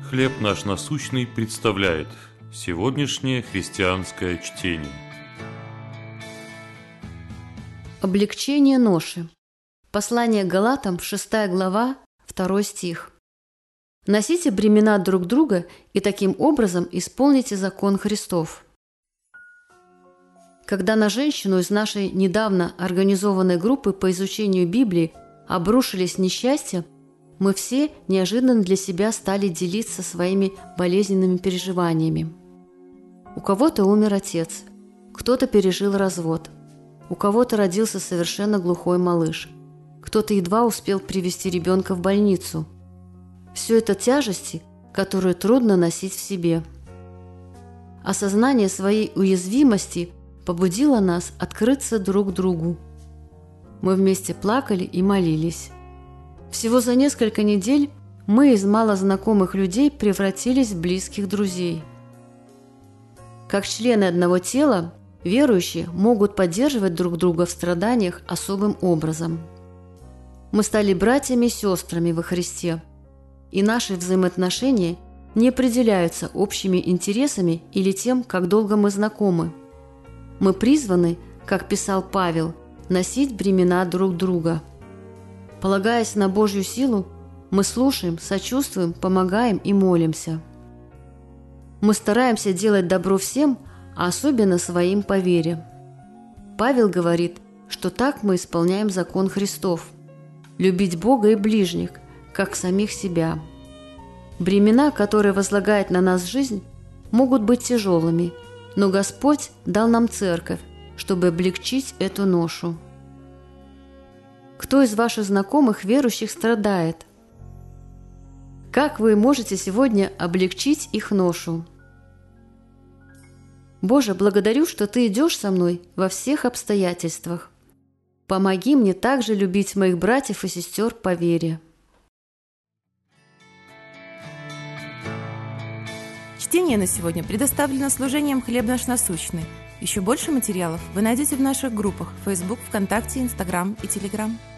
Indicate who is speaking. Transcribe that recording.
Speaker 1: «Хлеб наш насущный» представляет сегодняшнее христианское чтение.
Speaker 2: Облегчение ноши. Послание к Галатам, 6 глава, 2 стих. «Носите бремена друг друга и таким образом исполните закон Христов». Когда на женщину из нашей недавно организованной группы по изучению Библии обрушились несчастья, мы все неожиданно для себя стали делиться своими болезненными переживаниями. У кого-то умер отец, кто-то пережил развод, у кого-то родился совершенно глухой малыш, кто-то едва успел привезти ребенка в больницу. Все это тяжести, которые трудно носить в себе. Осознание своей уязвимости побудило нас открыться друг другу. Мы вместе плакали и молились. Всего за несколько недель мы из малознакомых людей превратились в близких друзей. Как члены одного тела, верующие могут поддерживать друг друга в страданиях особым образом. Мы стали братьями и сестрами во Христе, и наши взаимоотношения не определяются общими интересами или тем, как долго мы знакомы. Мы призваны, как писал Павел, носить бремена друг друга. Полагаясь на Божью силу, мы слушаем, сочувствуем, помогаем и молимся. Мы стараемся делать добро всем, а особенно своим по вере. Павел говорит, что так мы исполняем закон Христов – любить Бога и ближних, как самих себя. Бремена, которые возлагает на нас жизнь, могут быть тяжелыми, но Господь дал нам церковь, чтобы облегчить эту ношу. Кто из ваших знакомых верующих страдает? Как вы можете сегодня облегчить их ношу? Боже, благодарю, что Ты идешь со мной во всех обстоятельствах. Помоги мне также любить моих братьев и сестер по вере.
Speaker 3: Чтение на сегодня предоставлено служением «Хлеб наш насущный». Еще больше материалов вы найдете в наших группах Facebook, ВКонтакте, Instagram и Telegram.